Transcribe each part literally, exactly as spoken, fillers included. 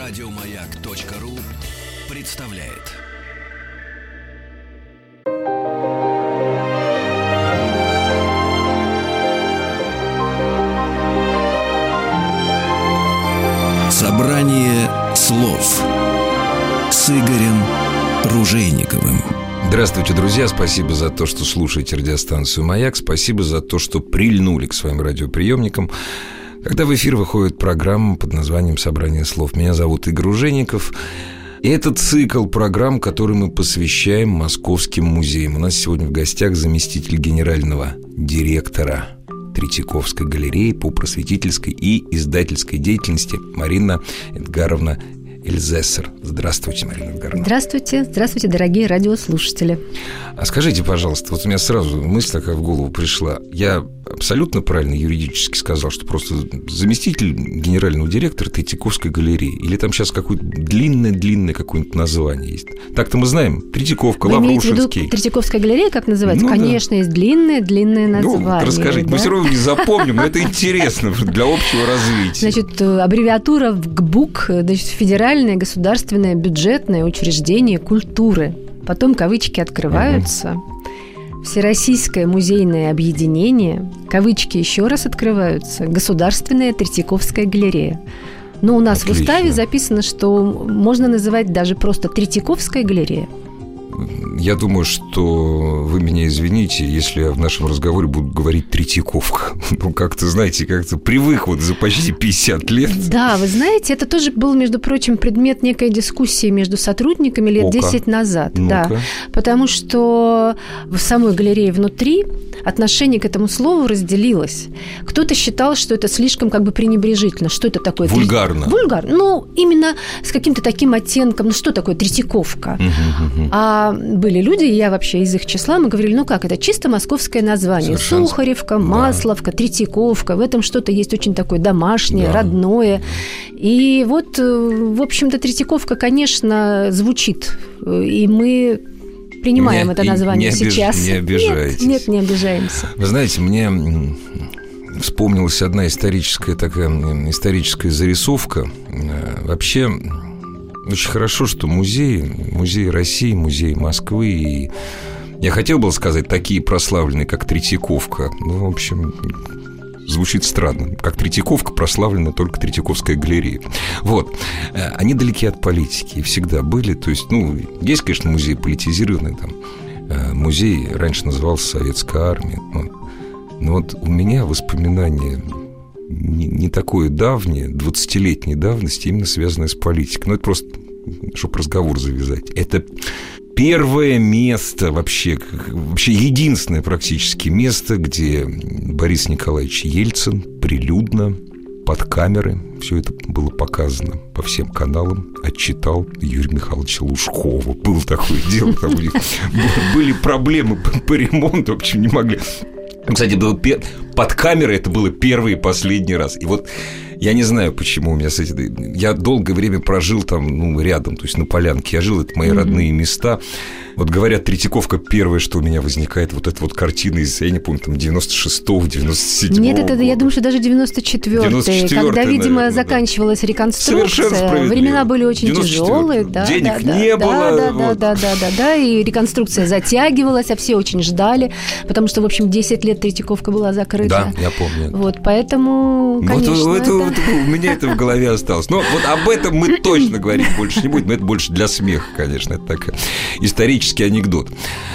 Радиомаяк.ру представляет. Собрание слов с Игорем Ружейниковым. Здравствуйте, друзья. Спасибо за то, что слушаете радиостанцию «Маяк». Спасибо за то, что прильнули к своим радиоприемникам, когда в эфир выходит программа под названием «Собрание слов». Меня зовут Игорь Ружейников. И это цикл программ, который мы посвящаем московским музеям. У нас сегодня в гостях заместитель генерального директора Третьяковской галереи по просветительской и издательской деятельности Марина Эдгаровна Эльзессер. Здравствуйте, Марина Эдгаровна. Здравствуйте. Здравствуйте, дорогие радиослушатели. А скажите, пожалуйста, вот у меня сразу мысль такая в голову пришла. Я абсолютно правильно юридически сказал, что просто заместитель генерального директора Третьяковской галереи? Или там сейчас какое-то длинное-длинное какое-нибудь название есть? Так-то мы знаем. Третьяковка, Вы Лаврушинский. имеете в виду Третьяковская галерея, как называется? Ну, конечно, да. Есть длинное-длинное название. Ну, расскажите. Да? Мы все равно не запомним, но это интересно для общего развития. Значит, аббревиатура ГБУК, значит, Федеральное государственное бюджетное учреждение культуры. Потом кавычки открываются. Угу. Всероссийское музейное объединение. Кавычки еще раз открываются. Государственная Третьяковская галерея. Но у нас Отлично. В уставе записано, что можно называть даже просто Третьяковская галерея. Я думаю, что вы меня извините, если я в нашем разговоре буду говорить Третьяковка. Ну, как-то, знаете, как-то привык вот за почти пятьдесят лет. Да, вы знаете, это тоже был, между прочим, предмет некой дискуссии между сотрудниками лет О-ка. десять назад. Ну-ка. Да, потому что в самой галерее внутри отношение к этому слову разделилось. Кто-то считал, что это слишком как бы пренебрежительно. Что это такое? Вульгарно. Вульгарно. Ну, именно с каким-то таким оттенком. Ну, что такое Третьяковка? Uh-huh, uh-huh. А были люди, я вообще из их числа, мы говорили, ну как, это чисто московское название. Совершенно. Сухаревка, Масловка, да. Третьяковка. В этом что-то есть очень такое домашнее, да. родное. И вот, в общем-то, Третьяковка, конечно, звучит. И мы принимаем не, это название не обиж... сейчас. Не обижайтесь. Нет, нет, не обижаемся. Вы знаете, мне вспомнилась одна историческая такая историческая зарисовка. Вообще, очень хорошо, что музеи, музеи России, музеи Москвы, и я хотел бы сказать, такие прославленные, как Третьяковка. Ну, в общем, звучит странно. Как Третьяковка прославлена только Третьяковская галерея. Вот. Они далеки от политики и всегда были. То есть, ну, есть, конечно, музей политизированный. Там, музей раньше назывался Советская армия. Но вот у меня воспоминания не, не такое давнее, двадцатилетней давности, именно связанное с политикой. Ну, это просто, чтобы разговор завязать. Это первое место вообще, вообще единственное практически место, где Борис Николаевич Ельцин прилюдно под камеры, все это было показано по всем каналам, отчитал Юрия Михайловича Лужкова. Было такое дело, там у них были проблемы по ремонту, в общем, не могли. Кстати, было пер... под камерой это было первый и последний раз. И вот я не знаю, почему у меня с этим... Я долгое время прожил там, ну, рядом, то есть на Полянке. Я жил, это мои mm-hmm. родные места. Вот говорят, Третьяковка, первое, что у меня возникает, вот эта вот картина из, я не помню, там, девяносто шестого, девяносто седьмого Нет, это, года. Я думаю, что даже девяносто четвёртый, когда, видимо, наверное, заканчивалась да. реконструкция. Времена были очень тяжелые. Да, денег да, не да, было. Да, вот. да, да, да, да, да, и реконструкция затягивалась, а все очень ждали, потому что, в общем, десять лет Третьяковка была закрыта. Да, я помню. Вот, поэтому, конечно, вот, это... Вот, у меня это в голове осталось. Но вот об этом мы точно говорить больше не будем. Это больше для смеха, конечно. Это такой исторический анекдот.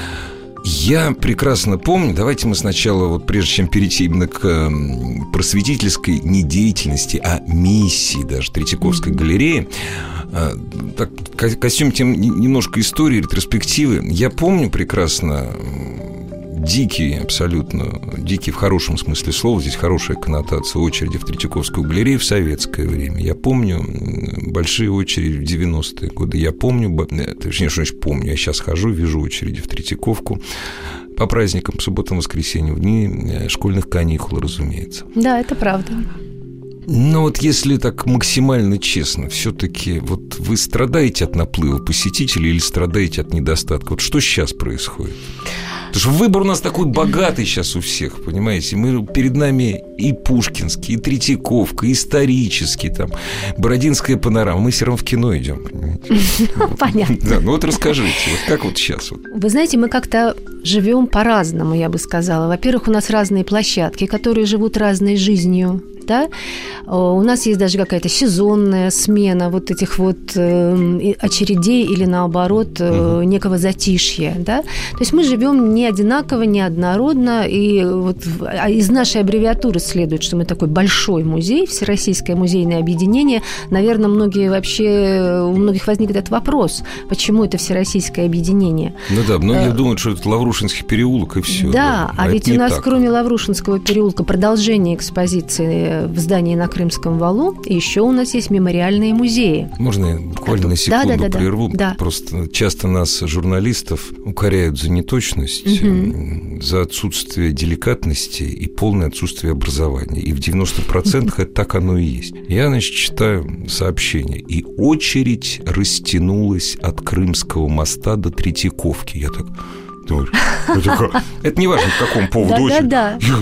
Я прекрасно помню, давайте мы сначала, вот прежде чем перейти именно к просветительской не деятельности, а миссии даже Третьяковской галереи, так, костюм тем немножко истории, ретроспективы. Я помню прекрасно дикий, абсолютно дикий в хорошем смысле слова, здесь хорошая коннотация, очереди в Третьяковскую галерею в советское время. Я помню большие очереди в девяностые годы. Я помню, точнее, что значит помню, я сейчас хожу, вижу очереди в Третьяковку по праздникам, по субботам, воскресеньям, в дни школьных каникул, разумеется. Да, это правда. Но вот если так максимально честно, все-таки вот вы страдаете от наплыва посетителей или страдаете от недостатка? Вот что сейчас происходит? Потому что выбор у нас такой богатый сейчас у всех, понимаете? Мы, перед нами и Пушкинский, и Третьяковка, и исторический, там, Бородинская панорама. Мы все равно в кино идем, понимаете? Понятно. Да, ну вот расскажите, вот как вот сейчас? Вот. Вы знаете, мы как-то живем по-разному, я бы сказала. Во-первых, у нас разные площадки, которые живут разной жизнью. Да? У нас есть даже какая-то сезонная смена вот этих вот э, очередей или, наоборот, э, некого затишья. Да? То есть мы живем не одинаково, не однородно. И вот из нашей аббревиатуры следует, что мы такой большой музей, Всероссийское музейное объединение. Наверное, многие вообще, у многих возник этот вопрос, почему это Всероссийское объединение. Ну да, многие думают, что это Лаврушинский переулок и все. Да, да. а, а ведь у нас, так. кроме Лаврушинского переулка, продолжение экспозиции в здании на Крымском валу, и еще у нас есть мемориальные музеи. Можно я буквально на секунду да, да, да, прерву? Да. Просто часто нас, журналистов, укоряют за неточность, угу. за отсутствие деликатности и полное отсутствие образования. И в девяноста процентах это так оно и есть. Я, значит, читаю сообщение. И очередь растянулась от Крымского моста до Третьяковки. Я так... Это не важно, по какому поводу очередь. Да, да,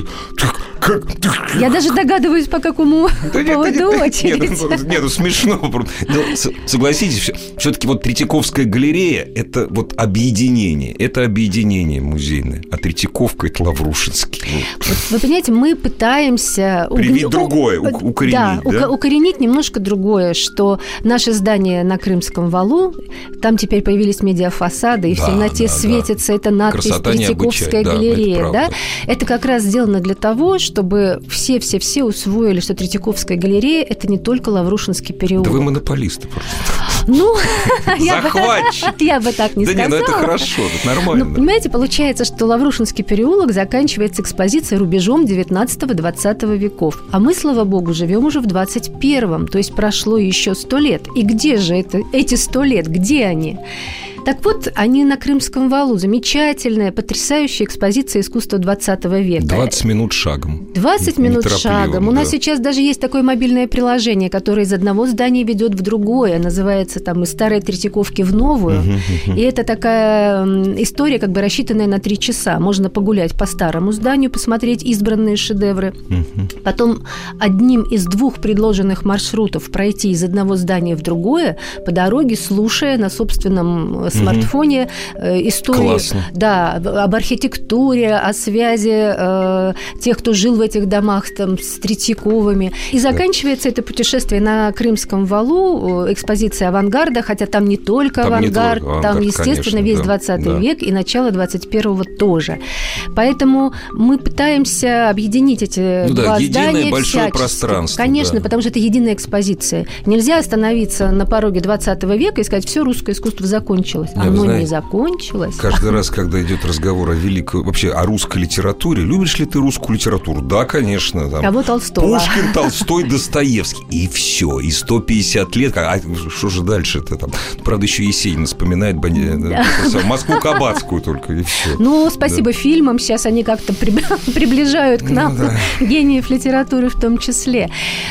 да. Я даже догадываюсь, по какому поводу очередь. Нет, ну смешно. Согласитесь, все-таки вот Третьяковская галерея – это вот объединение. Это объединение музейное. А Третьяковка – это Лаврушинский. Вы понимаете, мы пытаемся... Привить другое, укоренить. Да, укоренить немножко другое, что наше здание на Крымском валу, там теперь появились медиафасады, и в темноте светится эта надпись «Третьяковская галерея». Да, это, да? Это как раз сделано для того, чтобы все-все-все усвоили, что Третьяковская галерея – это не только Лаврушинский переулок. Да вы монополисты просто. Ну, захватчик. Я бы так не да сказала. Да нет, ну это хорошо, это нормально. Ну, понимаете, получается, что Лаврушинский переулок заканчивается экспозицией рубежом девятнадцатого-двадцатого веков. А мы, слава богу, живем уже в двадцать первом, то есть прошло еще сто лет. И где же это, эти сто лет, где они? Так вот, они на Крымском валу. Замечательная, потрясающая экспозиция искусства двадцатого века. двадцать минут шагом. двадцать минут шагом. У нас да. сейчас даже есть такое мобильное приложение, которое из одного здания ведет в другое. Называется там «Из старой Третьяковки в новую». Uh-huh, uh-huh. И это такая история, как бы рассчитанная на три часа. Можно погулять по старому зданию, посмотреть избранные шедевры. Uh-huh. Потом одним из двух предложенных маршрутов пройти из одного здания в другое, по дороге слушая на собственном смартфоне э, истории да, об архитектуре, о связи э, тех, кто жил в этих домах там, с Третьяковыми. И заканчивается да. это путешествие на Крымском валу, экспозиция авангарда, хотя там не только там авангард, не только авангард, там, естественно, конечно, весь двадцатый да. век и начало двадцать первого тоже. Поэтому мы пытаемся объединить эти ну, два да, здания единое большое всячески. Пространство. Конечно, да. потому что это единая экспозиция. Нельзя остановиться на пороге двадцатого века и сказать, все русское искусство закончилось. Не, Оно знаете, не закончилось. Каждый раз, когда идет разговор о великой, вообще о русской литературе, любишь ли ты русскую литературу? Да, конечно. Там, Кого Толстого? Пушкин, Толстой, Достоевский. И все. И сто пятьдесят лет. А что же дальше-то там? Правда, еще Есенин вспоминает да. Москву Кабацкую только, и все. Ну, спасибо да. фильмам. Сейчас они как-то приближают к нам ну, да. гениев литературы в том числе.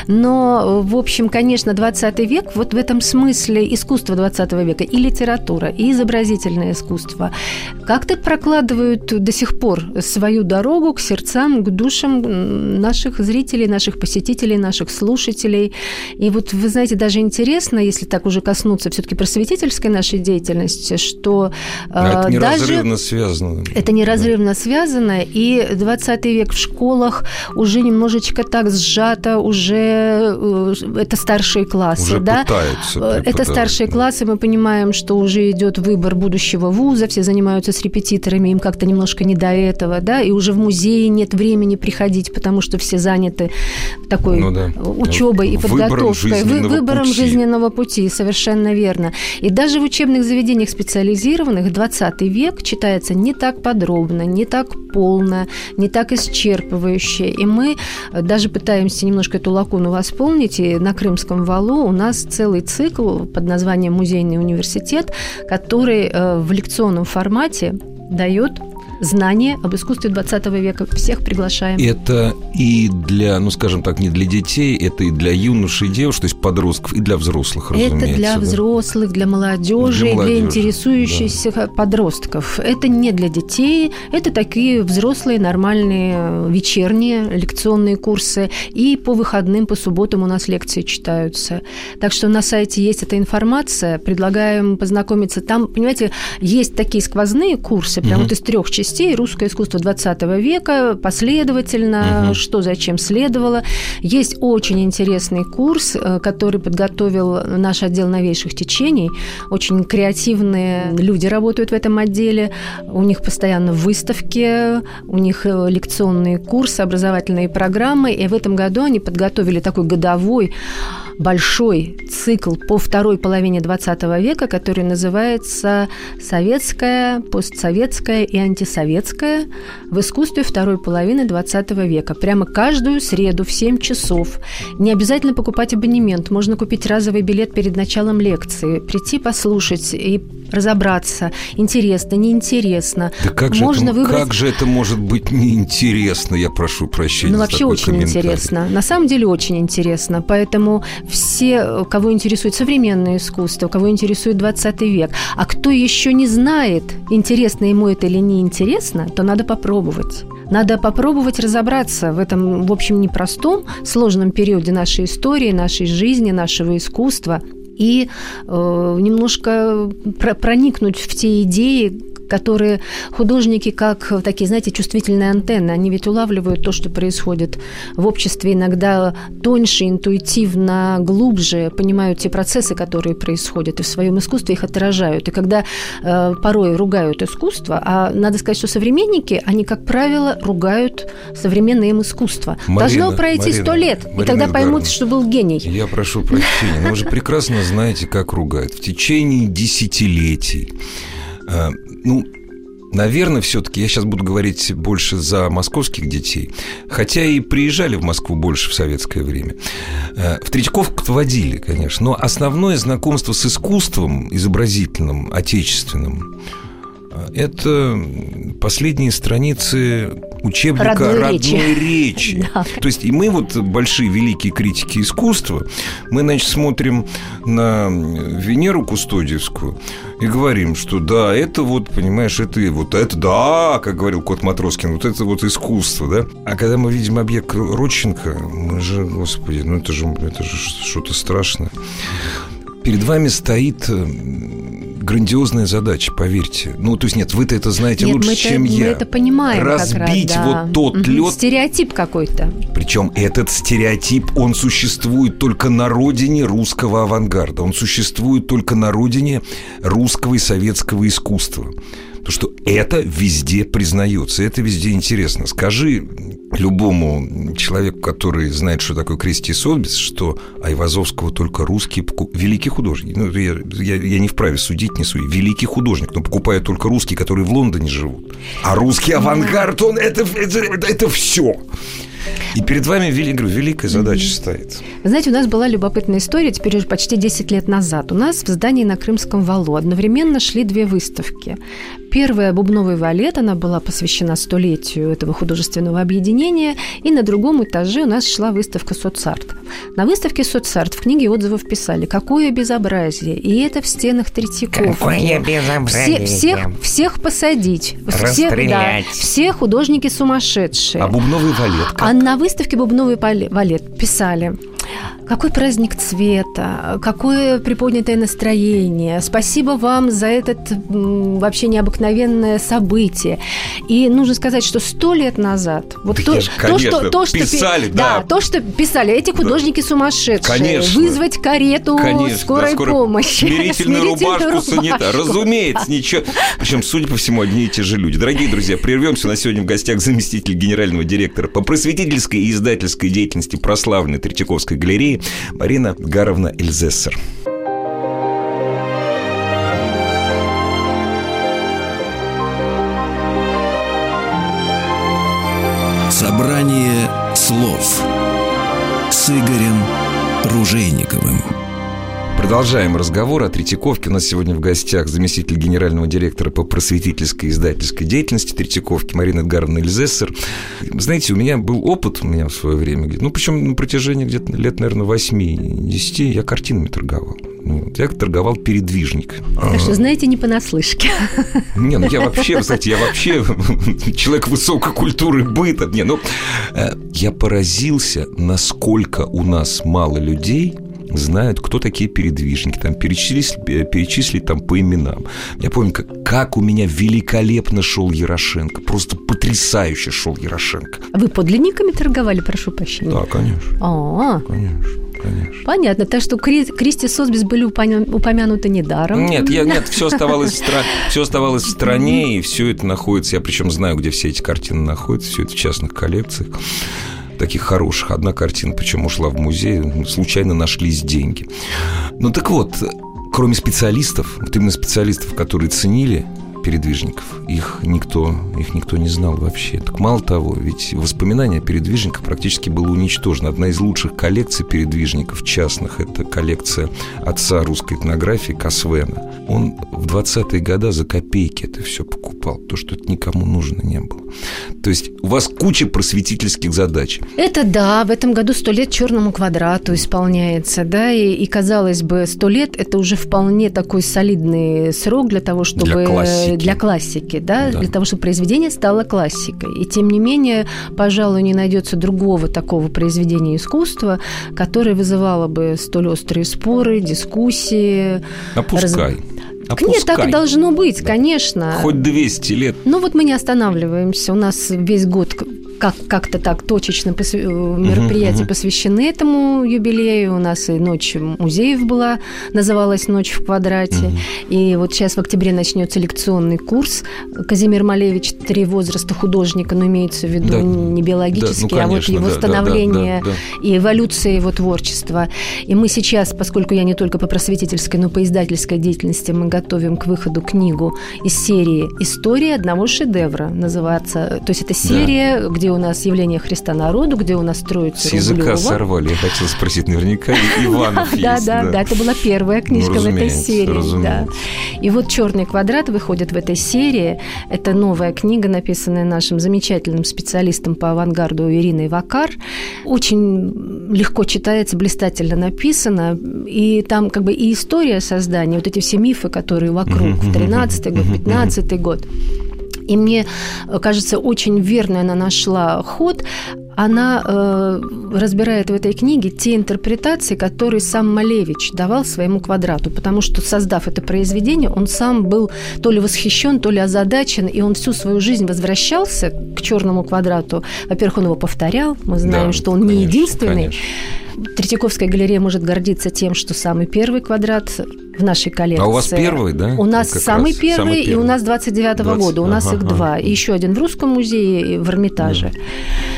Но, в общем, конечно, двадцатый век, вот в этом смысле искусство двадцатого века и литература, и изобразительное искусство как-то прокладывают до сих пор свою дорогу к сердцам, к душам наших зрителей, наших посетителей, наших слушателей. И вот, вы знаете, даже интересно, если так уже коснуться все-таки просветительской нашей деятельности, что это неразрывно даже связано. Это неразрывно да. связано, и двадцатый век в школах уже немножечко так сжато, уже это старшие классы. Уже да? пытаются. Это пытаются, старшие да. классы, мы понимаем, что уже идет выбор будущего вуза, все занимаются с репетиторами, им как-то немножко не до этого, да, и уже в музее нет времени приходить, потому что все заняты такой ну, да. учебой и подготовкой, выбором, выбором пути. жизненного пути, совершенно верно. И даже в учебных заведениях специализированных двадцатый век читается не так подробно, не так полно, не так исчерпывающе, и мы даже пытаемся немножко эту лакуну восполнить, и на Крымском валу у нас целый цикл под названием «Музейный университет», который в лекционном формате дает знания об искусстве двадцатого века. Всех приглашаем. Это и для, ну, скажем так, не для детей, это и для юношей и девушек, то есть подростков, и для взрослых, разумеется. Это для да? взрослых, для молодежи, для, молодежи, для интересующихся да. подростков. Это не для детей, это такие взрослые, нормальные вечерние лекционные курсы. И по выходным, по субботам у нас лекции читаются. Так что на сайте есть эта информация. Предлагаем познакомиться. Там, понимаете, есть такие сквозные курсы, прям угу. вот из трех частей. Русское искусство двадцатого века, последовательно, угу. что зачем следовало. Есть очень интересный курс, который подготовил наш отдел новейших течений. Очень креативные люди работают в этом отделе. У них постоянно выставки, у них лекционные курсы, образовательные программы. И в этом году они подготовили такой годовой большой цикл по второй половине двадцатого века, который называется «Советская, постсоветская и антисоветская в искусстве второй половины двадцатого века». Прямо каждую среду в семь часов. Не обязательно покупать абонемент. Можно купить разовый билет перед началом лекции, прийти послушать и разобраться, интересно, неинтересно. Да как же, Можно это, выбрать... как же это может быть неинтересно, я прошу прощения. Ну, вообще очень интересно. На самом деле очень интересно. Поэтому все, кого интересует современное искусство, кого интересует двадцатый век, а кто еще не знает, интересно ему это или не интересно, то надо попробовать. Надо попробовать разобраться в этом, в общем, непростом, сложном периоде нашей истории, нашей жизни, нашего искусства и э, немножко про- проникнуть в те идеи, которые художники, как такие, знаете, чувствительные антенны, они ведь улавливают то, что происходит в обществе, иногда тоньше, интуитивно, глубже понимают те процессы, которые происходят, и в своем искусстве их отражают. И когда э, порой ругают искусство, а надо сказать, что современники, они, как правило, ругают современное им искусство. Марина, Должно пройти сто лет, Марина, и тогда поймут, что был гений. Я прошу прощения, но вы же прекрасно знаете, как ругают. В течение десятилетий. Ну, наверное, все-таки я сейчас буду говорить больше за московских детей, хотя и приезжали в Москву больше в советское время. В Третьяковку-то водили, конечно, но основное знакомство с искусством изобразительным, отечественным, это последние страницы учебника родной, родной речи. речи. Да. То есть и мы вот большие великие критики искусства, мы, значит, смотрим на Венеру Кустодиевскую и говорим, что да, это вот, понимаешь, это вот это, да, как говорил Кот Матроскин, вот это вот искусство, да. А когда мы видим объект Родченко, мы же, господи, ну это же, это же что-то страшное. Перед вами стоит грандиозная задача, поверьте. Ну, то есть, нет, вы-то это знаете нет, лучше, чем это, я. Мы это понимаем. Разбить как раз, да. вот тот угу. лед. Стереотип какой-то. Причем этот стереотип, он существует только на родине русского авангарда. Он существует только на родине русского и советского искусства. Потому что это везде признается, это везде интересно. Скажи любому человеку, который знает, что такое Кристи Сотбис, что Айвазовского только русские покупают. Великий художник. Ну, я, я, я не вправе судить, не судить. Великий художник, но покупают только русские, которые в Лондоне живут. А русский авангард, он это, это, это, это все. И перед вами, говорю, великая задача mm-hmm. стоит. Вы знаете, у нас была любопытная история, теперь уже почти десять лет назад. У нас в здании на Крымском валу одновременно шли две выставки. Первая «Бубновый валет», она была посвящена столетию этого художественного объединения, и на другом этаже у нас шла выставка «Соцарт». На выставке «Соцарт» в книге отзывов писали: «Какое безобразие! И это в стенах Третьяковки. Какое безобразие! Все, всех, всех посадить. Расстрелять. Да, все художники сумасшедшие». А «Бубновый валет» как? А на выставке «Бубновый валет» писали: «Какой праздник цвета, какое приподнятое настроение. Спасибо вам за этот м, вообще необыкновенное событие». И нужно сказать, что сто лет назад вот то, ж, то, что, то, что писали, да, да. то, что писали эти художники да. сумасшедшие. Конечно. Вызвать карету Конечно, скорой да, скоро... помощи. Смирительную рубашку, санитар. Разумеется, ничего. Причем, судя по всему, одни и те же люди. Дорогие друзья, прервемся. На сегодня в гостях заместитель генерального директора по просветительской и издательской деятельности прославленной Третьяковской галереи Марина Гаровна Эльзессер. Собрание слов с Игорем Ружейниковым. Продолжаем разговор о Третьяковке. У нас сегодня в гостях заместитель генерального директора по просветительской и издательской деятельности Третьяковки Марина Эдгаровна Эльзессер. Знаете, у меня был опыт, у меня в свое время, ну, причем на протяжении где-то лет, наверное, восемь-десять, я картинами торговал. Я торговал передвижник. Так что, знаете, не понаслышке. Не, ну я вообще, кстати, я вообще человек высокой культуры быта. Не, ну, я поразился, насколько у нас мало людей знают, кто такие передвижники. Там перечислить, перечислить там по именам. Я помню, как, как у меня великолепно шел Ярошенко. Просто потрясающе шел Ярошенко. Вы подлинниками торговали, прошу прощения? Да, конечно. А-а-а. Конечно. Конечно. Понятно. Так что Кристи Сосбис были упомянуты недаром. Нет, я, нет, все оставалось, в стра... все оставалось в стране, и все это находится. Я причем знаю, где все эти картины находятся. Все это в частных коллекциях. Таких хороших. Одна картина, причем ушла в музей, случайно нашлись деньги. Ну так вот, кроме специалистов, вот именно специалистов, которые ценили передвижников, их никто, их никто не знал вообще. Так мало того, ведь воспоминания о передвижниках практически было уничтожено. Одна из лучших коллекций передвижников частных – это коллекция отца русской этнографии Косвена. Он в двадцатые годы за копейки это все покупал, то, что это никому нужно не было. То есть у вас куча просветительских задач. Это да, в этом году сто лет черному квадрату исполняется, да, и, и казалось бы, сто лет – это уже вполне такой солидный срок для того, чтобы… Для классики. Для классики, да, да, для того, чтобы произведение стало классикой. И тем не менее, пожалуй, не найдется другого такого произведения искусства, которое вызывало бы столь острые споры, дискуссии. Опускай. Раз... Опускай. Нет, так и должно быть, да. Конечно. Хоть двести лет. Ну вот мы не останавливаемся. У нас весь год как- как-то так точечно посв... мероприятия uh-huh, uh-huh. посвящены этому юбилею. У нас и ночь музеев была, называлась «Ночь в квадрате». Uh-huh. И вот сейчас в октябре начнется лекционный курс. Казимир Малевич «Три возраста художника», но имеется в виду да. не биологический, да, ну, конечно, а вот его да, становление да, да, да, и эволюция его творчества. И мы сейчас, поскольку я не только по просветительской, но и по издательской деятельности, мы готовим к выходу книгу из серии «История одного шедевра» называется. То есть это серия, да. где у нас явление Христа народу, где у нас Троица Рублева. С языка сорвали. Я хотела спросить, наверняка Иванов есть. Да, да, да. Это была первая книжка в этой серии. И вот «Черный квадрат» выходит в этой серии. Это новая книга, написанная нашим замечательным специалистом по авангарду Ириной Вакар. Очень легко читается, блистательно написано. И там как бы и история создания, вот эти все мифы, которые вокруг, в тринадцатый год, пятнадцатый год. И мне кажется, очень верно она нашла ход. Она э, разбирает в этой книге те интерпретации, которые сам Малевич давал своему квадрату, потому что, создав это произведение, он сам был то ли восхищен, то ли озадачен, и он всю свою жизнь возвращался к черному квадрату. Во-первых, он его повторял, мы знаем, да, что он конечно, не единственный. Конечно. Третьяковская галерея может гордиться тем, что самый первый квадрат в нашей коллекции. А у вас первый, да? У нас самый первый, самый первый, и у нас двадцать девятого года. У нас ага, их два. Ага. И еще один в Русском музее, и в Эрмитаже. Да.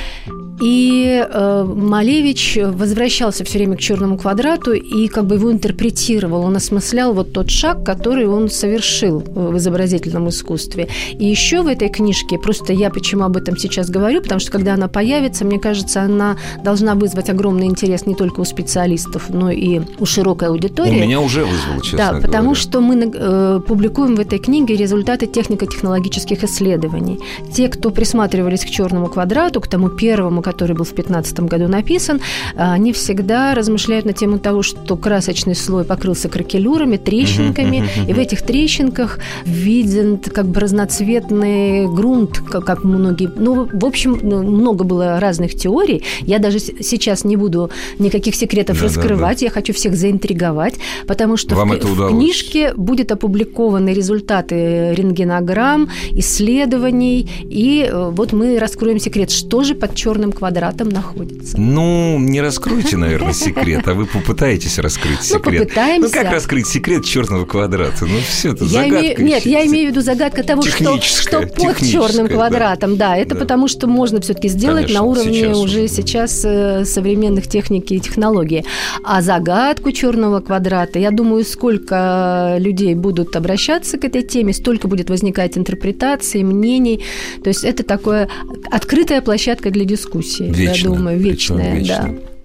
И э, Малевич возвращался все время к черному квадрату и как бы его интерпретировал. Он осмыслял вот тот шаг, который он совершил в изобразительном искусстве. И еще в этой книжке, просто я почему об этом сейчас говорю, потому что когда она появится, мне кажется, она должна вызвать огромный интерес не только у специалистов, но и у широкой аудитории. У меня уже вызвало, честно да, говоря. Потому что мы э, публикуем в этой книге результаты технико-технологических исследований. Те, кто присматривались к черному квадрату, к тому первому, который был в пятнадцатом году написан, они всегда размышляют на тему того, что красочный слой покрылся кракелюрами, трещинками, и в этих трещинках виден как бы разноцветный грунт, как многие... Ну, в общем, много было разных теорий. Я даже сейчас не буду никаких секретов да, раскрывать, да, да. я хочу всех заинтриговать, потому что в, в книжке будут опубликованы результаты рентгенограмм, исследований, и вот мы раскроем секрет, что же под черным квадратом находится. Ну, не раскройте, наверное, секрет, а вы попытаетесь раскрыть секрет. Ну, попытаемся. Ну, как раскрыть секрет черного квадрата? Ну, все это я загадка. Имею, нет, я имею в виду загадка того, что, что под черным квадратом. Да, да это да. потому, что можно все-таки сделать Конечно, на уровне уже уже сейчас современных техник и технологий. А загадку черного квадрата, я думаю, сколько людей будут обращаться к этой теме, столько будет возникать интерпретаций, мнений. То есть это такая открытая площадка для дискуссии. Вечно, я думаю, вечная, вечно. да.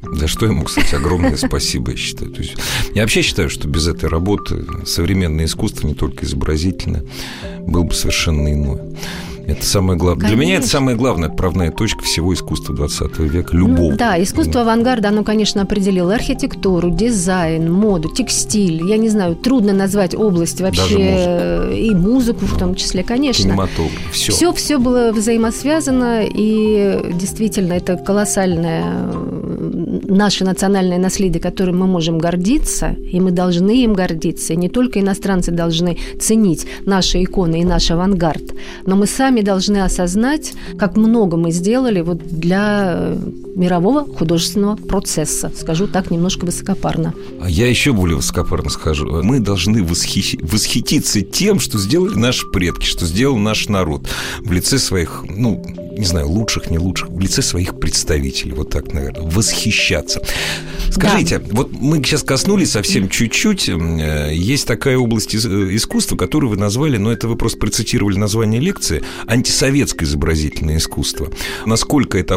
За что ему, кстати, огромное спасибо, я считаю. То есть, я вообще считаю, что без этой работы современное искусство, не только изобразительное, было бы совершенно иное. Это самое главное. Конечно. Для меня это самая главная отправная точка всего искусства двадцатого века, любого. Ну, да, искусство авангарда, оно, конечно, определило архитектуру, дизайн, моду, текстиль. Я не знаю, трудно назвать область вообще, и музыку в том числе, конечно. Кинематограф, все. Все, все было взаимосвязано, и действительно, это колоссальное наше национальное наследие, которым мы можем гордиться, и мы должны им гордиться. И не только иностранцы должны ценить наши иконы и наш авангард, но мы сами должны осознать, как много мы сделали вот для мирового художественного процесса. Скажу так немножко высокопарно. А я еще более высокопарно скажу. Мы должны восхи... восхититься тем, что сделали наши предки, что сделал наш народ в лице своих, ну, не знаю, лучших, не лучших, в лице своих представителей. Вот так, наверное. Восхищаться. Скажите, да. Вот мы сейчас коснулись совсем чуть-чуть. Есть такая область искусства, которую вы назвали, но это вы просто процитировали название лекции, антисоветское изобразительное искусство. Насколько это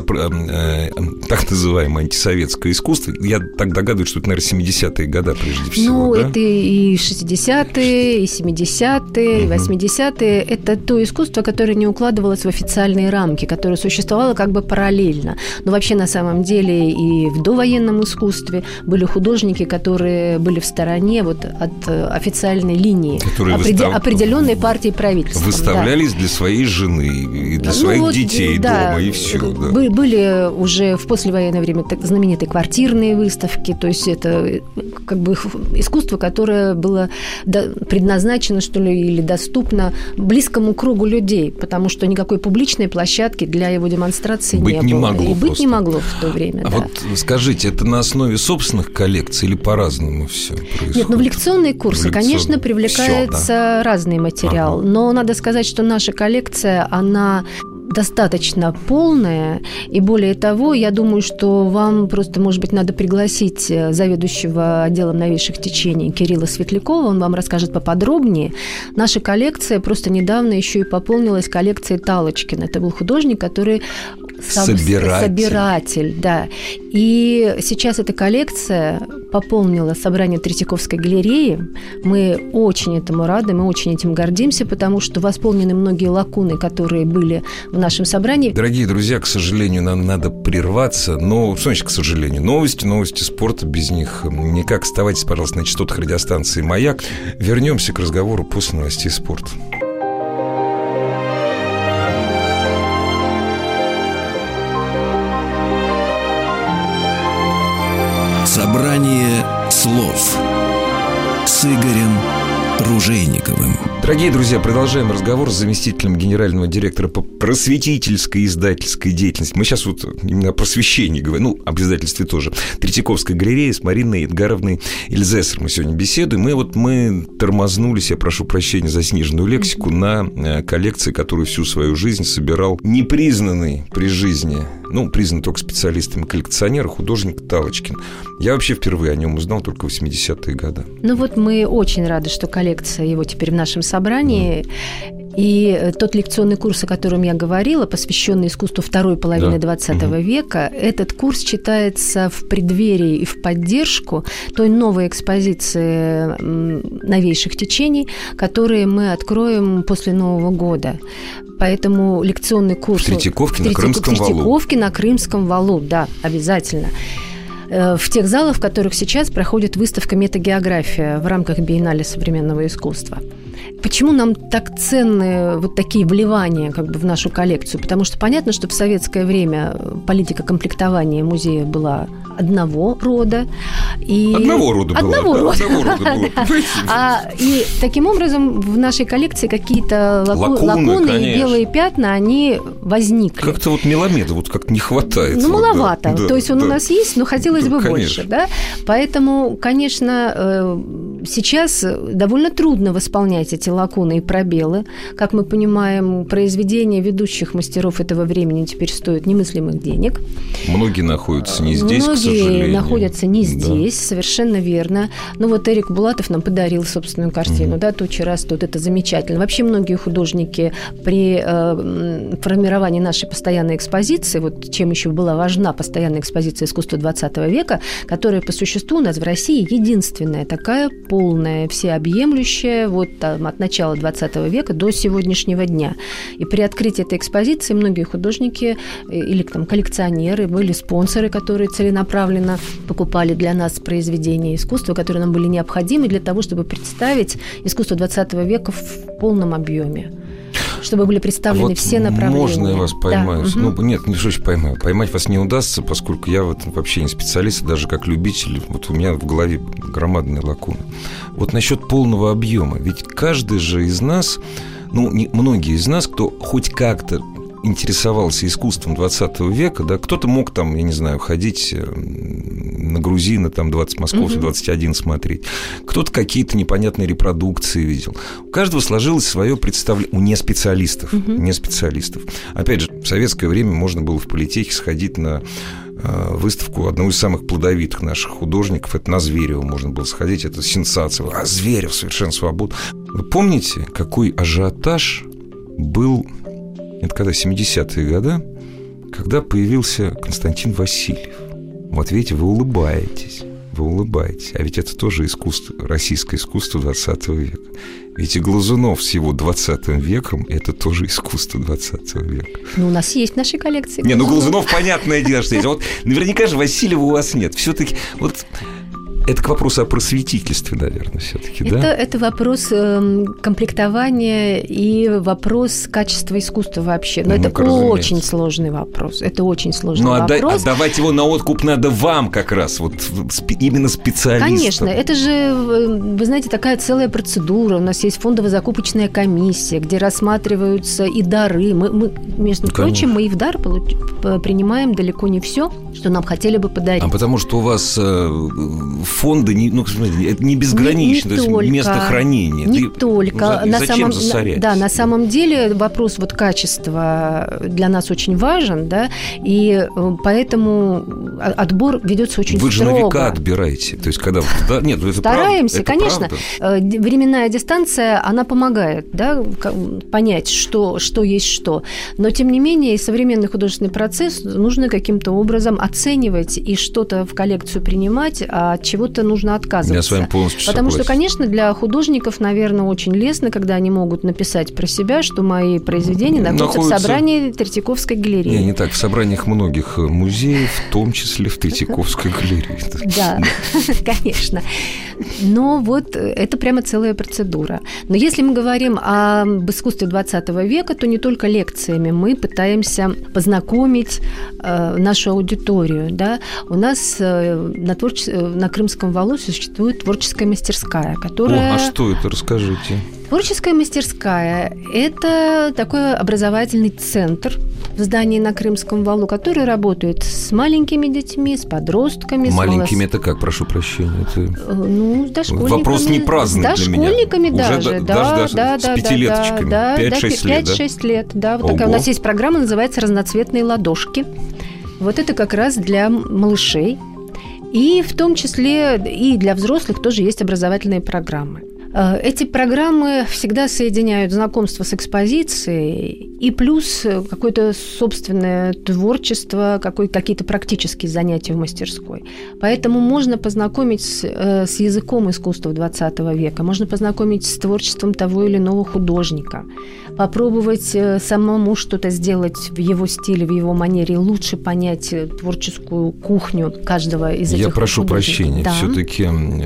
так называемое антисоветское искусство? Я так догадываюсь, что это, наверное, семидесятые годы прежде всего. Ну, да? Это и шестидесятые, и семидесятые, и восьмидесятые. Это то искусство, которое не укладывалось в официальные рамки, которое существовало как бы параллельно. Но вообще, на самом деле, и в довоенном искусстве были художники, которые были в стороне вот от официальной линии определенной выстав... определенной партии правительства. Выставлялись да. для своей жены и для ну, своих вот, детей да, дома, и все. Да. Были уже в послевоенное время знаменитые квартирные выставки, то есть это как бы искусство, которое было предназначено, что ли, или доступно близкому кругу людей, потому что никакой публичной площадки для его демонстрации быть не, не было. Могло и быть просто. не могло в то время. А да. вот скажите, это на основе собственных коллекций или по-разному все происходит? Нет, ну в лекционные курсы, в лекционные. конечно, привлекается всё, да. разный материал, ага. но надо сказать, что наша коллекция, она достаточно полная, и более того, я думаю, что вам просто, может быть, надо пригласить заведующего отделом новейших течений Кирилла Светлякова, он вам расскажет поподробнее. Наша коллекция просто недавно еще и пополнилась коллекцией Талочкина. Это был художник, который собиратель. собиратель, да. И сейчас эта коллекция пополнила собрание Третьяковской галереи. Мы очень этому рады, мы очень этим гордимся, потому что восполнены многие лакуны, которые были в нашем собрании. Дорогие друзья, к сожалению, нам надо прерваться, но, что значит, к сожалению, новости, новости спорта, без них никак. Оставайтесь, пожалуйста, на частотах радиостанции «Маяк». Вернемся к разговору после новостей спорта. Собрание слов с Игорем Ружейниковым. Дорогие друзья, продолжаем разговор с заместителем генерального директора по просветительской и издательской деятельности. Мы сейчас вот именно о просвещении говорим, ну, об издательстве тоже. Третьяковской галереи с Мариной Эдгаровной Ильзессер мы сегодня беседуем. Мы вот мы тормознулись, я прошу прощения за сниженную лексику, на коллекции, которую всю свою жизнь собирал непризнанный при жизни, ну, признан только специалистами коллекционера, художник Талочкин. Я вообще впервые о нем узнал только в восьмидесятые годы. Ну вот мы очень рады, что коллекция его теперь в нашем собрании. И тот лекционный курс, о котором я говорила, посвященный искусству второй половины двадцатого века, этот курс читается в преддверии и в поддержку той новой экспозиции новейших течений, которые мы откроем после Нового года. Поэтому лекционный курс... В Третьяковке в на Крымском валу. В Третьяковке на Крымском валу, да, обязательно. В тех залах, в которых сейчас проходит выставка «Метагеография» в рамках Биеннале современного искусства. Почему нам так ценны вот такие вливания как бы в нашу коллекцию? Потому что понятно, что в советское время политика комплектования музея была одного рода. И... Одного рода одного была. Рода. Одного рода было. А, и таким образом в нашей коллекции какие-то лаку... лакуны, лакуны и белые пятна, они возникли. Как-то вот меломеда вот как не хватает. Ну, вот, маловато. Да, То есть он да. у нас есть, но хотелось да, бы конечно. больше. Да? Поэтому, конечно, Сейчас довольно трудно восполнять эти лакуны и пробелы. Как мы понимаем, произведения ведущих мастеров этого времени теперь стоят немыслимых денег. Многие находятся не здесь, Многие к сожалению. Многие находятся не здесь, да. Совершенно верно. Ну вот Эрик Булатов нам подарил собственную картину, mm-hmm. да, «Тучи растут», это замечательно. Вообще многие художники при э, формировании нашей постоянной экспозиции, вот чем еще была важна постоянная экспозиция искусства двадцатого века, которая по существу у нас в России единственная, такая полная, всеобъемлющая, вот там, от начала двадцатого века до сегодняшнего дня. И при открытии этой экспозиции многие художники или там, коллекционеры, были спонсоры, которые целенаправленно покупали для нас произведения искусства, которые нам были необходимы для того, чтобы представить искусство двадцатого века в полном объеме. Чтобы были представлены вот все направления. Можно я вас поймаю? Да. Ну, угу. Нет, не что ж поймаю. Поймать вас не удастся, поскольку я вот вообще не специалист, даже как любитель. Вот у меня в голове громадные лакуны. Вот насчет полного объема. Ведь каждый же из нас, ну, не, многие из нас, кто хоть как-то интересовался искусством двадцатого века, да, кто-то мог там, я не знаю, ходить на Грузина, там двадцать московских, двадцать один смотреть, кто-то какие-то непонятные репродукции видел. У каждого сложилось свое представление, у неспециалистов, uh-huh. неспециалистов. Опять же, в советское время можно было в политехе сходить на выставку одного из самых плодовитых наших художников, это на Зверева можно было сходить, это сенсация, а Зверев совершенно свободен. Вы помните, какой ажиотаж был, это когда семидесятые годы, когда появился Константин Васильев? Вот видите, вы улыбаетесь, вы улыбаетесь, а ведь это тоже искусство, российское искусство двадцатого века. Ведь и Глазунов с его двадцатым веком – это тоже искусство двадцатого века. Ну, у нас есть в нашей коллекции Глазунов. Не, ну Глазунов, понятное дело, что есть. Вот наверняка же Васильева у вас нет. Все-таки вот это к вопросу о просветительстве, наверное, все-таки, это, да? Это вопрос э, комплектования и вопрос качества искусства вообще. Но ну, это очень сложный вопрос. Это очень сложный ну, вопрос. Ну, отдавать его на откуп надо вам как раз, вот именно специалистам. Конечно. Это же, вы знаете, такая целая процедура. У нас есть фондово-закупочная комиссия, где рассматриваются и дары. Мы, мы между ну, прочим, мы и в дар получ... принимаем далеко не все, что нам хотели бы подарить. А потому что у вас фонды не, ну, не безграничны, не, не то только, есть место хранения. Не Ты, только. Ну, на зачем самом, засорять? Да, на самом деле вопрос вот качества для нас очень важен, да, и поэтому отбор ведется очень Вы строго. Вы же на века отбираете. То есть, когда... Да, нет, это Стараемся, правда, конечно. правда. Временная дистанция, она помогает, да, понять, что, что есть что. Но, тем не менее, современный художественный процесс нужно каким-то образом оценивать и что-то в коллекцию принимать, а от чего-то нужно отказываться. Я с вами полностью Потому согласен. что, конечно, для художников, наверное, очень лестно, когда они могут написать про себя, что мои произведения находятся, находятся... в собрании Третьяковской галереи. Не, не так. В собраниях многих музеев, в том числе в Третьяковской галерее. Да, конечно. Но вот это прямо целая процедура. Но если мы говорим об искусстве двадцатого века, то не только лекциями мы пытаемся познакомить нашу аудиторию. Да? У нас на, творче... на Крымском валу существует творческая мастерская, которая... О, а что это? Расскажите. Творческая мастерская – это такой образовательный центр в здании на Крымском валу, который работает с маленькими детьми, с подростками. Маленькими с это как, прошу прощения? Это... Ну, с дошкольниками. Вопрос не праздный для меня. С дошкольниками даже. Уже да, даже, да, даже да, с пятилеточками? Да, пять-шесть да, лет, да? пять-шесть лет, да. Вот такая у нас есть программа, называется «Разноцветные ладошки». Вот это как раз для малышей. И в том числе и для взрослых тоже есть образовательные программы. Эти программы всегда соединяют знакомство с экспозицией и плюс какое-то собственное творчество, какой, какие-то практические занятия в мастерской. Поэтому можно познакомить с, с языком искусства двадцатого века, можно познакомить с творчеством того или иного художника, попробовать самому что-то сделать в его стиле, в его манере, лучше понять творческую кухню каждого из этих художников. Я прошу прощения, да. все-таки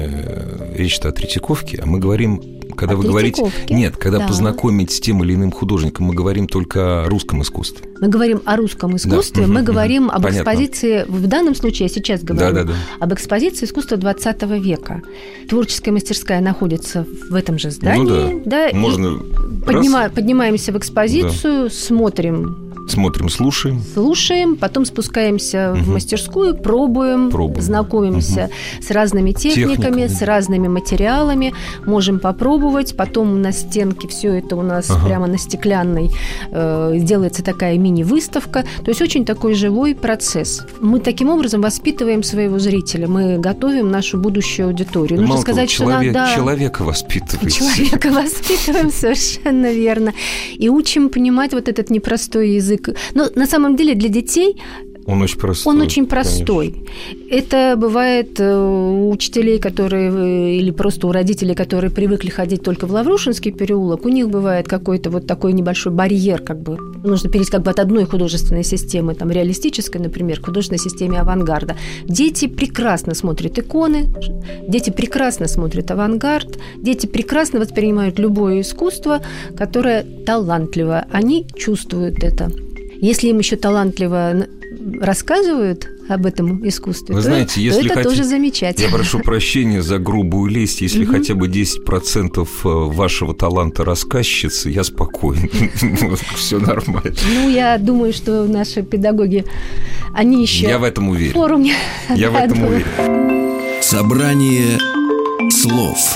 э, речь-то о Третьяковке, а мы говорим Когда От вы говорите... Нет, когда да. познакомить с тем или иным художником, мы говорим только о русском искусстве. Мы говорим о русском искусстве, да. мы говорим об Понятно. экспозиции... В данном случае я сейчас говорю да, да, да. об экспозиции искусства двадцатого века. Творческая мастерская находится в этом же здании. Ну да, да можно... Поднима... Поднимаемся в экспозицию, да. смотрим Смотрим, слушаем. Слушаем, потом спускаемся угу. в мастерскую, пробуем, пробуем. знакомимся угу. с разными техниками, Техниками. с разными материалами, можем попробовать. Потом на стенке все это у нас ага. прямо на стеклянной э, делается такая мини-выставка. То есть очень такой живой процесс. Мы таким образом воспитываем своего зрителя, мы готовим нашу будущую аудиторию. Нужно Мало сказать, того, человек, что надо... Человека воспитываете. Человека воспитываем, совершенно верно. И учим понимать вот этот непростой язык. Но на самом деле для детей он очень простой. Он очень простой. Конечно. Это бывает у учителей, которые или просто у родителей, которые привыкли ходить только в Лаврушинский переулок, у них бывает какой-то вот такой небольшой барьер, как бы нужно перейти как бы от одной художественной системы, там реалистической, например, к художественной системе авангарда. Дети прекрасно смотрят иконы, дети прекрасно смотрят авангард, дети прекрасно воспринимают любое искусство, которое талантливо. Они чувствуют это. Если им еще талантливо рассказывают об этом искусстве, Вы то, знаете, если то это хотите, тоже замечательно. Я прошу прощения за грубую лесть. Если угу. хотя бы десять процентов вашего таланта рассказчицы, я спокоен. Все нормально. Ну, я думаю, что наши педагоги, они еще Я в этом уверен. в форуме. Я в этом уверен. Собрание слов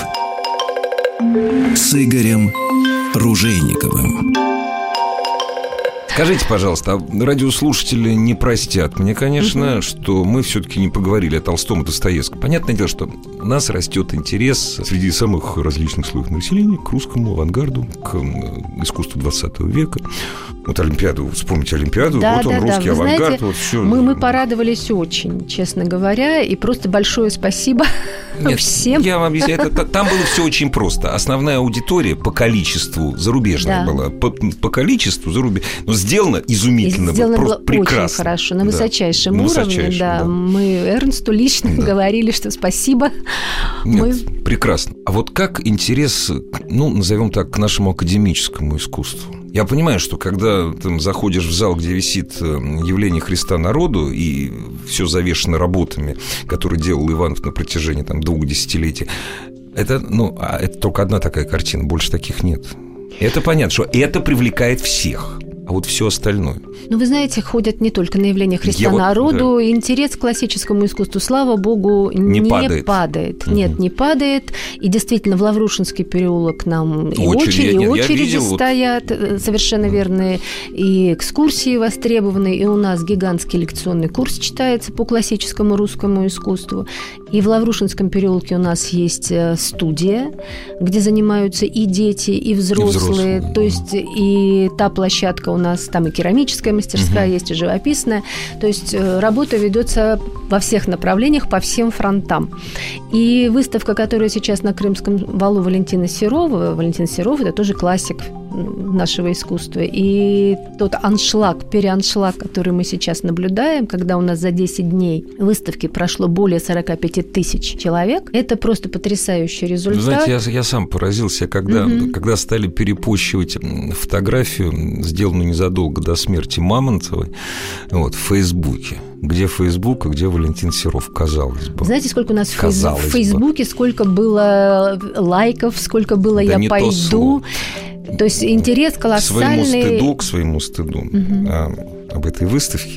с Игорем Ружейниковым. Скажите, пожалуйста, а радиослушатели не простят мне, конечно, угу. что мы все-таки не поговорили о Толстом и Достоевском. Понятное дело, что у нас растет интерес среди самых различных слоев населения к русскому авангарду, к искусству двадцатого века. Вот Олимпиаду, вспомните Олимпиаду, да, вот он, да, русский да. авангард. Знаете, вот все. Мы, мы порадовались очень, честно говоря, и просто большое спасибо Нет, всем. Я вам объясняю, это, там было все очень просто. Основная аудитория по количеству зарубежная да. была, по, по количеству зарубежная, но сделано изумительно, сделано было, было прекрасно. Очень хорошо, на да. высочайшем на уровне. высочайшем, да. Да. Мы Эрнсту лично да. говорили, что спасибо. Нет, мы... прекрасно. А вот как интерес, ну, назовем так, к нашему академическому искусству? Я понимаю, что когда ты заходишь в зал, где висит явление Христа народу, и все завешено работами, которые делал Иванов на протяжении там, двух десятилетий, это, ну, а это только одна такая картина, больше таких нет. Это понятно, что это привлекает всех. А вот все остальное. Ну, вы знаете, ходят не только на явление Христа Я народу. Вот, да. Интерес к классическому искусству, слава богу, не, не падает. падает. Угу. Нет, не падает. И действительно, в Лаврушинский переулок нам и очереди, и очереди стоят, вот... совершенно верные, и экскурсии востребованы. И у нас гигантский лекционный курс читается по классическому русскому искусству. И в Лаврушинском переулке у нас есть студия, где занимаются и дети, и взрослые. И взрослые То да. есть и та площадка у нас, там и керамическая мастерская угу. есть, и живописная. То есть работа ведется во всех направлениях, по всем фронтам. И выставка, которая сейчас на Крымском валу Валентина Серова, Валентин Серов – это тоже классик нашего искусства. И тот аншлаг, переаншлаг, который мы сейчас наблюдаем, когда у нас за десять дней выставки прошло более сорок пять тысяч человек, это просто потрясающий результат. Вы знаете, я, я сам поразился, когда, угу. когда стали перепощивать фотографию, сделанную незадолго до смерти Мамонтовой, вот, в Фейсбуке. Где Фейсбук, а где Валентин Серов, казалось бы. Знаете, сколько у нас казалось в Фейсбуке, бы. сколько было лайков, сколько было да «я пойду». То, то есть интерес колоссальный. К своему стыду, к своему стыду. Угу. А об этой выставке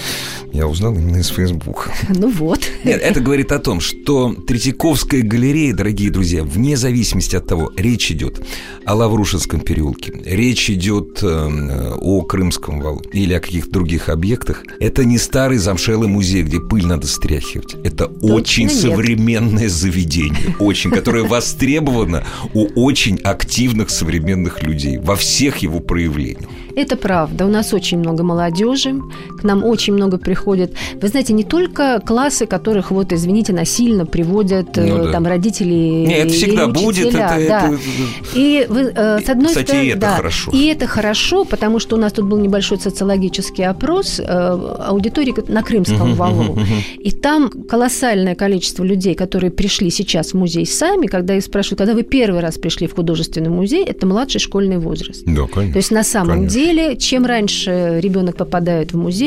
я узнал именно из Фейсбука. Ну вот. Нет, это говорит о том, что Третьяковская галерея, дорогие друзья, вне зависимости от того, речь идет о Лаврушинском переулке, речь идет о Крымском валу или о каких-то других объектах, это не старый замшелый музей, где пыль надо стряхивать. Это Точно очень нет. современное заведение, очень, которое востребовано у очень активных современных людей во всех его проявлениях. Это правда. У нас очень много молодежи, к нам очень много приходит. Вы знаете, не только классы, которых, вот, извините, насильно приводят ну, да. там родители не, это всегда учителя, будет. Это, да. это... И вы, с одной Кстати, стороны, и это да, хорошо. И это хорошо, потому что у нас тут был небольшой социологический опрос аудитории на Крымском валу. И там колоссальное количество людей, которые пришли сейчас в музей сами, когда их спрашивают, когда вы первый раз пришли в художественный музей, это младший школьный возраст. Да, конечно. То есть на самом конечно. деле, чем раньше ребенок попадает в музей,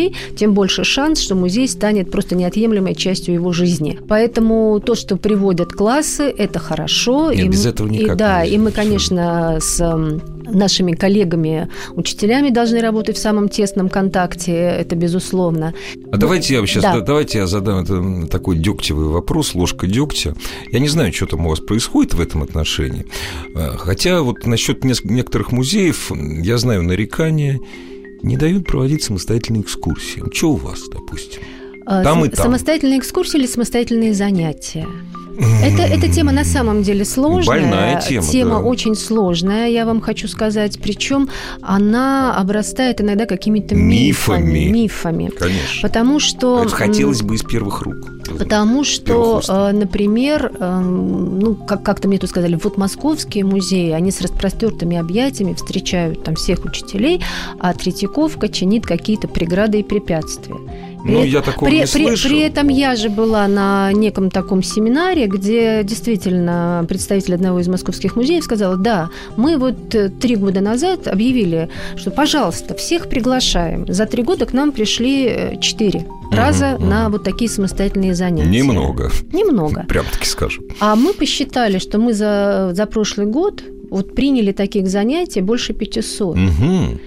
музей, тем больше шанс, что музей станет просто неотъемлемой частью его жизни. Поэтому то, что приводят классы, это хорошо. Нет, и без мы, этого никак. И, да, нельзя. и мы, конечно, с нашими коллегами, учителями должны работать в самом тесном контакте, это безусловно. А давайте я сейчас, да. давайте я задам это, такой дегтевый вопрос, ложка дегтя. Я не знаю, что там у вас происходит в этом отношении. Хотя вот насчет некоторых музеев, я знаю нарекания, не дают проводить самостоятельные экскурсии. Что у вас, допустим? Там и там. Самостоятельные экскурсии или самостоятельные занятия? Это, эта тема на самом деле сложная. Больная тема, Тема да. очень сложная, я вам хочу сказать. Причем она обрастает иногда какими-то мифами. Мифами. Мифами. Конечно. Потому что... Это хотелось бы из первых рук. Потому что, например, ну, как- как-то мне тут сказали, вот московские музеи, они с распростертыми объятиями встречают там всех учителей, а Третьяковка чинит какие-то преграды и препятствия. Ну, При, я такого при, не при, слышал. при этом я же была на неком таком семинаре, где действительно представитель одного из московских музеев сказал, да, мы вот три года назад объявили, что, пожалуйста, всех приглашаем. За три года к нам пришли четыре раза угу, на угу. вот такие самостоятельные занятия. Немного. Немного. Прям-таки скажем. А мы посчитали, что мы за, за прошлый год вот приняли таких занятий больше пятисот. Угу.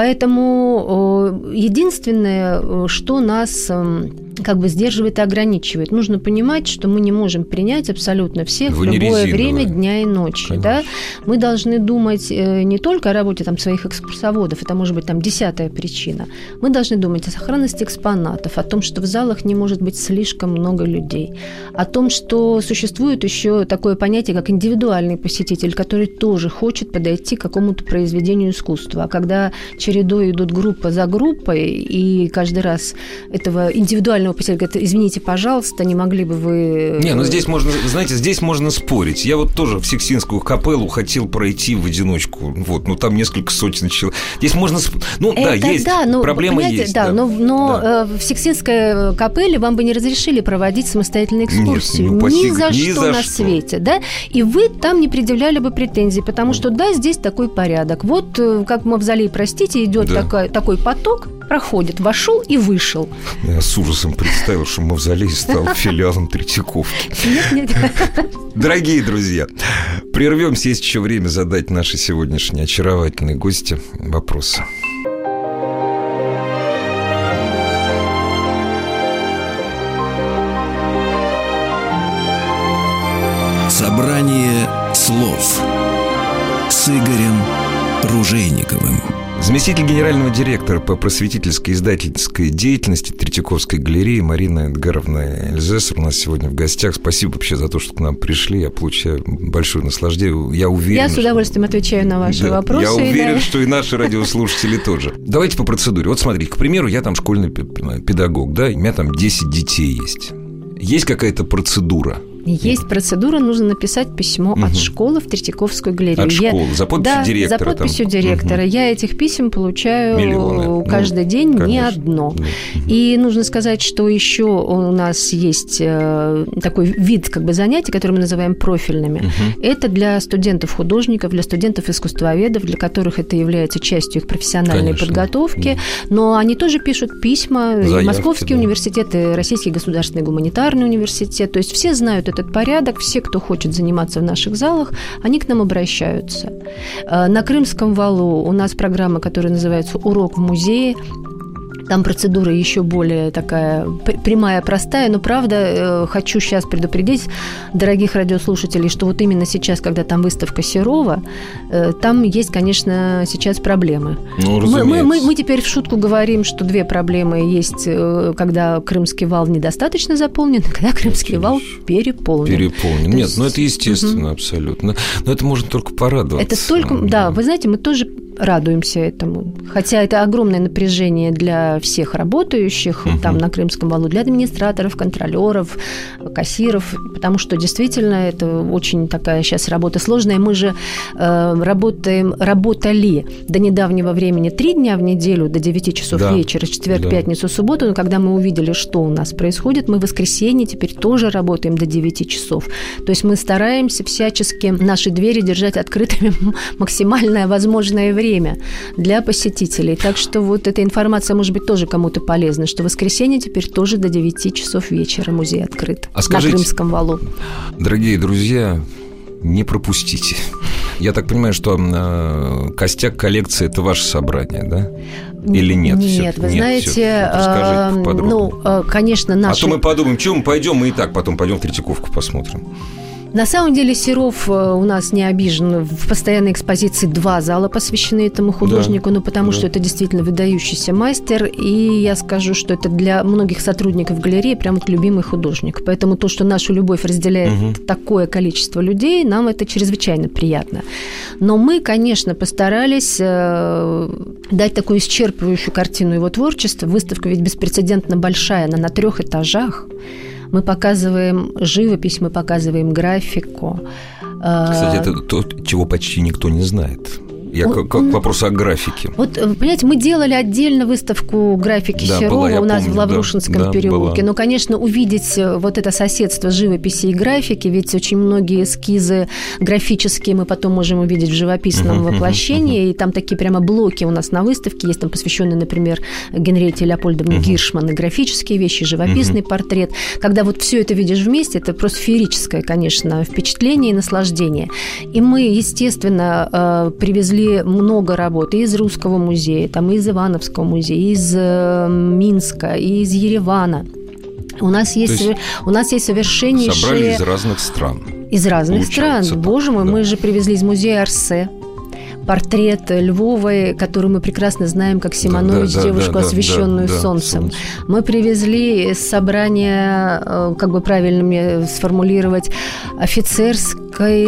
Поэтому единственное, что нас как бы сдерживает и ограничивает, нужно понимать, что мы не можем принять абсолютно всех Вы в не любое резиновая. время дня и ночи. Да? Мы должны думать не только о работе там, своих экскурсоводов, это может быть там десятая причина. Мы должны думать о сохранности экспонатов, о том, что в залах не может быть слишком много людей, о том, что существует еще такое понятие, как индивидуальный посетитель, который тоже хочет подойти к какому-то произведению искусства. А когда чередой идут группа за группой, и каждый раз этого индивидуального посетителя говорит, извините, пожалуйста, не могли бы вы... Не, ну здесь можно, знаете, здесь можно спорить. Я вот тоже в Сикстинскую капеллу хотел пройти в одиночку. Вот, ну там несколько сотен человек. Здесь можно... Сп... Ну Это да, есть, да, но, проблема есть. Да, да. но, но да. в Сикстинской капелле вам бы не разрешили проводить самостоятельную экскурсию. Нет, ни за ни что за на что. свете. Да? И вы там не предъявляли бы претензий, потому что да, здесь такой порядок. Вот как в мавзолей, простите, идет Да. такой, такой поток, проходит, вошел и вышел. Я с ужасом представил, что мавзолей стал филиалом Третьяковки. Нет, нет. Дорогие друзья, прервемся, есть еще время задать нашей сегодняшней очаровательной гости вопросы. Собрание слов с Игорем Ружейниковым. Заместитель генерального директора по просветительской издательской деятельности Третьяковской галереи Марина Эдгаровна Эльзесер у нас сегодня в гостях. Спасибо вообще за то, что к нам пришли. Я получаю большое наслаждение. Я уверен, Я с удовольствием что... отвечаю на ваши да, вопросы. Я уверен, да. что и наши радиослушатели тоже. Давайте по процедуре. Вот смотрите, к примеру, я там школьный педагог, да, у меня там десять детей есть. Есть какая-то процедура? Есть процедура, нужно написать письмо угу. от школы в Третьяковскую галерею. От школы, за подписью да, директора. за подписью там. директора. Угу. Я этих писем получаю Миллионы. каждый ну, день, конечно. не одно. Да. И нужно сказать, что еще у нас есть такой вид как бы, занятий, которые мы называем профильными. Угу. Это для студентов-художников, для студентов-искусствоведов, для которых это является частью их профессиональной конечно. подготовки. Да. Но они тоже пишут письма. Заявки, Московский да. университет, и Российский государственный гуманитарный университет. То есть все знают этот порядок, все, кто хочет заниматься в наших залах, они к нам обращаются. На Крымском валу у нас программа, которая называется «Урок в музее». Там процедура еще более такая прямая, простая, но, правда, хочу сейчас предупредить дорогих радиослушателей, что вот именно сейчас, когда там выставка Серова, там есть, конечно, сейчас проблемы. Ну, мы, мы, мы, мы теперь в шутку говорим, что две проблемы есть, когда Крымский вал недостаточно заполнен, и когда Крымский это вал переполнен. Переполнен. То Нет, есть... ну это естественно, угу. абсолютно. Но это можно только порадоваться. Это только, да, вы знаете, мы тоже радуемся этому. Хотя это огромное напряжение для всех работающих uh-huh. там на Крымском валу, для администраторов, контролеров, кассиров, потому что действительно это очень такая сейчас работа сложная. Мы же э, работаем, работали до недавнего времени три дня в неделю, до девяти часов да. вечера, четверг, да. пятницу, субботу, но когда мы увидели, что у нас происходит, мы в воскресенье теперь тоже работаем до девяти часов. То есть мы стараемся всячески наши двери держать открытыми максимальное возможное время. время для посетителей. Так что вот эта информация может быть тоже кому-то полезна, что в воскресенье теперь тоже до девяти часов вечера музей открыт а скажите, на Крымском валу. Дорогие друзья, не пропустите. Я так понимаю, что э, костяк коллекции – это ваше собрание, да? Или нет? Нет, все, вы нет, знаете, э, ну, конечно, наши... А то мы подумаем, что мы пойдем, мы и так потом пойдем в Третьяковку посмотрим. На самом деле Серов у нас не обижен. В постоянной экспозиции два зала посвящены этому художнику, да, ну, потому да. что это действительно выдающийся мастер. И я скажу, что это для многих сотрудников галереи прям вот любимый художник. Поэтому то, что нашу любовь разделяет угу. такое количество людей, нам это чрезвычайно приятно. Но мы, конечно, постарались э, дать такую исчерпывающую картину его творчества. Выставка ведь беспрецедентно большая, она на трех этажах. Мы показываем живопись, мы показываем графику. Кстати, это то, чего почти никто не знает. Я к, к вопросу о графике. Вот, понимаете, мы делали отдельно выставку графики да, Серова была, у нас помню, в Лаврушинском да, переулке. Да, но, конечно, увидеть вот это соседство живописи и графики, ведь очень многие эскизы графические мы потом можем увидеть в живописном uh-huh, воплощении. Uh-huh. И там такие прямо блоки у нас на выставке есть, там посвященные, например, Генриетте Леопольдовне uh-huh. Гиршман, и графические вещи, живописный uh-huh. портрет. Когда вот все это видишь вместе, это просто феерическое, конечно, впечатление и наслаждение. И мы, естественно, привезли много работ и из Русского музея, там, и из Ивановского музея, и из э, Минска, и из Еревана. У нас есть, есть у нас есть совершеннейшие... Собрали из разных стран. Из разных стран. Так. Боже мой, да. мы же привезли из музея Орсе портрет Львовой, который мы прекрасно знаем как Симонович, да, да, девушку, да, да, освещенную да, да, солнцем. Солнце. Мы привезли из собрания, как бы правильно мне сформулировать, офицерской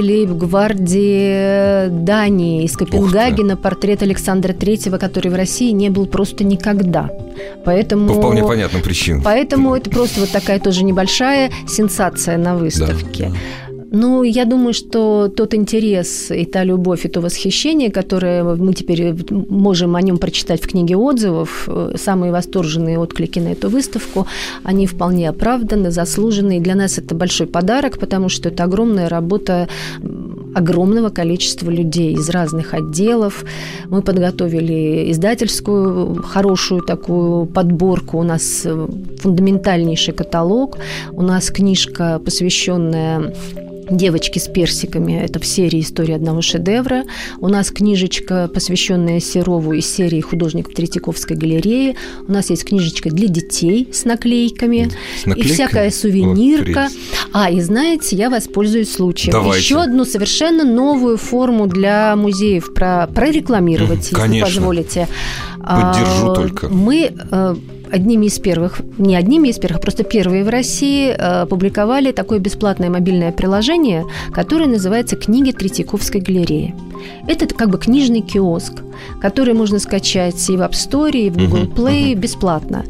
лейб-гвардии Дании из Копенгагена портрет Александра Третьего, который в России не был просто никогда. Поэтому, по вполне понятным причинам. Поэтому это просто вот такая тоже небольшая сенсация на выставке. Да, да. Ну, я думаю, что тот интерес и та любовь, и то восхищение, которое мы теперь можем о нем прочитать в книге отзывов, самые восторженные отклики на эту выставку, они вполне оправданы, заслужены. И для нас это большой подарок, потому что это огромная работа огромного количества людей из разных отделов. Мы подготовили издательскую хорошую такую подборку. У нас фундаментальнейший каталог. У нас книжка, посвященная «Девочки с персиками». Это в серии «История одного шедевра». У нас книжечка, посвященная Серову из серии «Художник в Третьяковской галерее». У нас есть книжечка для детей с наклейками. С наклейками? И всякая сувенирка. Вот, а, и знаете, я воспользуюсь случаем. Давайте. Еще одну совершенно новую форму для музеев про, прорекламировать, mm, если позволите. Поддержу а, только. Мы... одними из первых, не одними из первых, а просто первые в России опубликовали такое бесплатное мобильное приложение, которое называется «Книги Третьяковской галереи». Это как бы книжный киоск, который можно скачать и в App Store, и в Google Play бесплатно.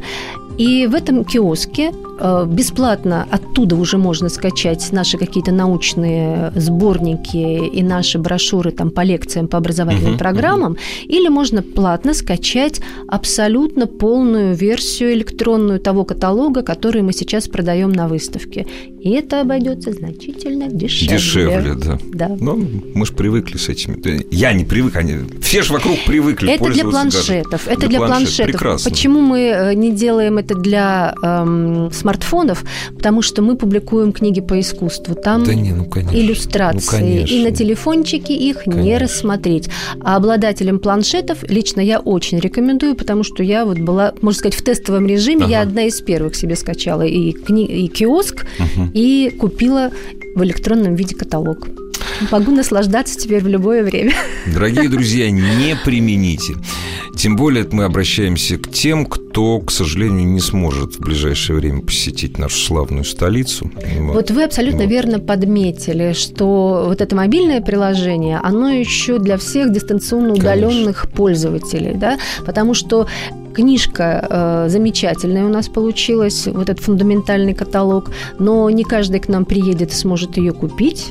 И в этом киоске бесплатно оттуда уже можно скачать наши какие-то научные сборники и наши брошюры там, по лекциям, по образовательным uh-huh, программам, uh-huh. или можно платно скачать абсолютно полную версию электронную того каталога, который мы сейчас продаем на выставке. И это обойдется значительно дешевле. Дешевле, да. да. Ну, мы же привыкли с этим. Я не привык, они все же вокруг привыкли это пользоваться. Для планшетов. Даже. Это для, для планшетов. Прекрасно. Почему мы не делаем это для эм, смартфонов? Потому что мы публикуем книги по искусству. Там да не, ну, иллюстрации. Ну, конечно. И на телефончике их конечно. Не рассмотреть. А обладателям планшетов лично я очень рекомендую, потому что я вот была, можно сказать, в тестовом режиме. Ага. Я одна из первых себе скачала и, кни... и киоск, угу. и купила в электронном виде каталог. Могу наслаждаться теперь в любое время. Дорогие друзья, не примените. Тем более мы обращаемся к тем, кто, к сожалению, не сможет в ближайшее время посетить нашу славную столицу. Вот вы абсолютно вот. верно подметили, что вот это мобильное приложение, оно еще для всех дистанционно удаленных Конечно. Пользователей, да? Потому что книжка э, замечательная у нас получилась, вот этот фундаментальный каталог, но не каждый к нам приедет и сможет ее купить.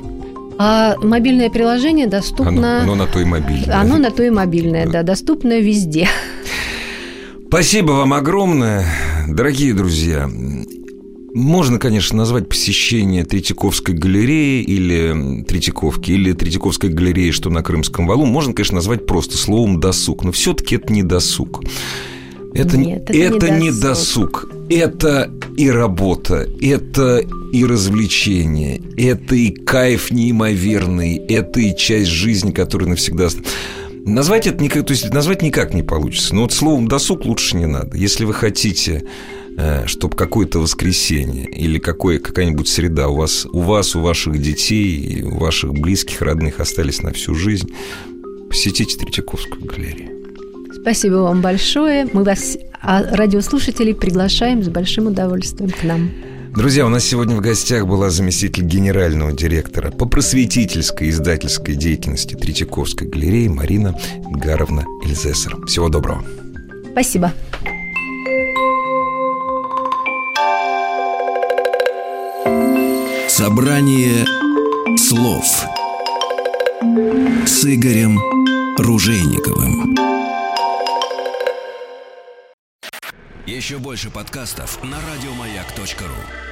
А мобильное приложение доступно... Оно, оно на то и мобильное. Оно на то и мобильное, да, да, доступно везде. Спасибо вам огромное, дорогие друзья. Можно, конечно, назвать посещение Третьяковской галереи или Третьяковки, или Третьяковской галереи, что на Крымском валу. Можно, конечно, назвать просто словом «досуг». Но все-таки это не досуг. Это, Нет, это, это не досуг. Это и работа, это и развлечение, это и кайф неимоверный, это и часть жизни, которая навсегда... Назвать это никак, то есть назвать никак не получится. Но вот словом «досуг» лучше не надо. Если вы хотите, чтобы какое-то воскресенье или какое, какая-нибудь среда у вас, у вас, у ваших детей, у ваших близких, родных остались на всю жизнь, посетите Третьяковскую галерею. Спасибо вам большое. Мы вас, радиослушателей, приглашаем с большим удовольствием к нам. Друзья, у нас сегодня в гостях была заместитель генерального директора по просветительской и издательской деятельности Третьяковской галереи Марина Эдгаровна Эльзесер. Всего доброго. Спасибо. Собрание слов с Игорем Ружейниковым. Еще больше подкастов на радиомаяк точка ру.